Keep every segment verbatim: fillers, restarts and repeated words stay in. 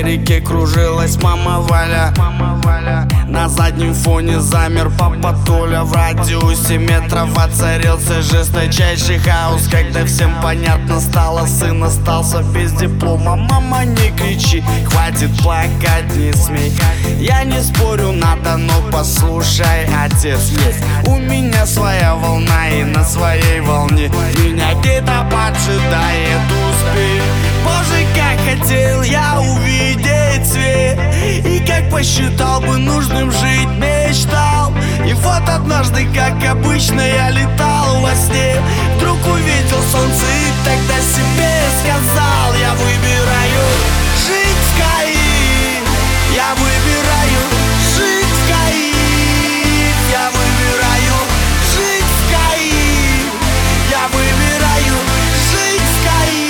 реке кружилась мама Валя. На заднем фоне замер папа Толя. В радиусе метров воцарился жесточайший хаос, когда всем понятно стало: сын остался без диплома. Мама, не кричи, хватит плакать, не смей. Я не спорю, надо, но послушай, отец есть. У меня своя волна, и на своей волне меня где-то поджидает успех. Боже, как хотел я увидеть свет, и как посчитал бы нужным жить, мечтал. И вот однажды, как обычно, я летал во сне, вдруг увидел солнце и тогда себе сказал: я выбираю жить в кайф, я выбираю жить в кайф, я выбираю жить в кайф, я выбираю жить в кайф.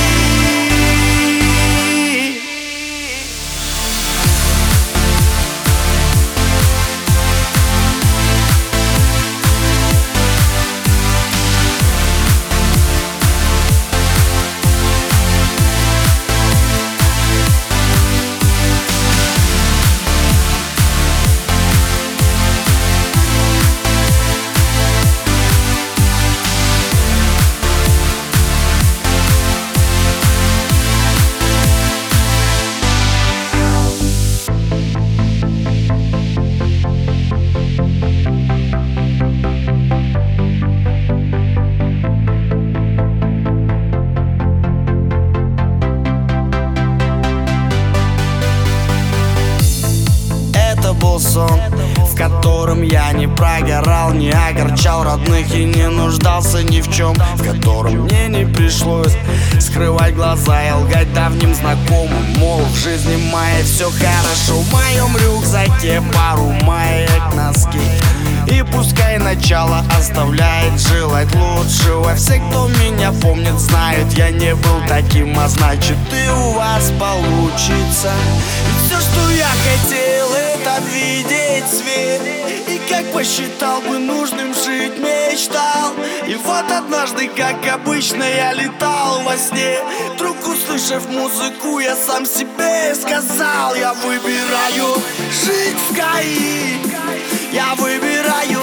Был сон, в котором я не прогорал, не огорчал родных и не нуждался ни в чем, в котором мне не пришлось скрывать глаза и лгать давним знакомым, мол, в жизни моей все хорошо. В моем рюкзаке пару маек, носки, и пускай начало оставляет желать лучшего. Все, кто меня помнит, знают, я не был таким, а значит и у вас получится. Ведь все, что я хотел, это видеть свет, и как посчитал бы нужным жить, мечтал. И вот однажды, как обычно, я летал во сне, вдруг услышав музыку, я сам себе сказал: я выбираю жить в кайф, я выбираю